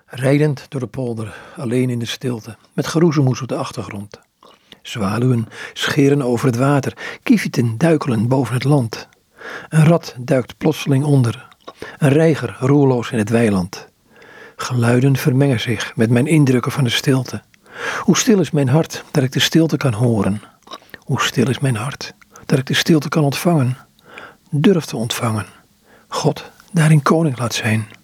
Rijdend door de polder, alleen in de stilte, met geroezemoes op de achtergrond. Zwaluwen scheren over het water, kievieten duikelen boven het land. Een rat duikt plotseling onder, een reiger roerloos in het weiland. Geluiden vermengen zich met mijn indrukken van de stilte. Hoe stil is mijn hart dat ik de stilte kan horen. Hoe stil is mijn hart dat ik de stilte kan ontvangen. Durf te ontvangen. God daarin koning laat zijn.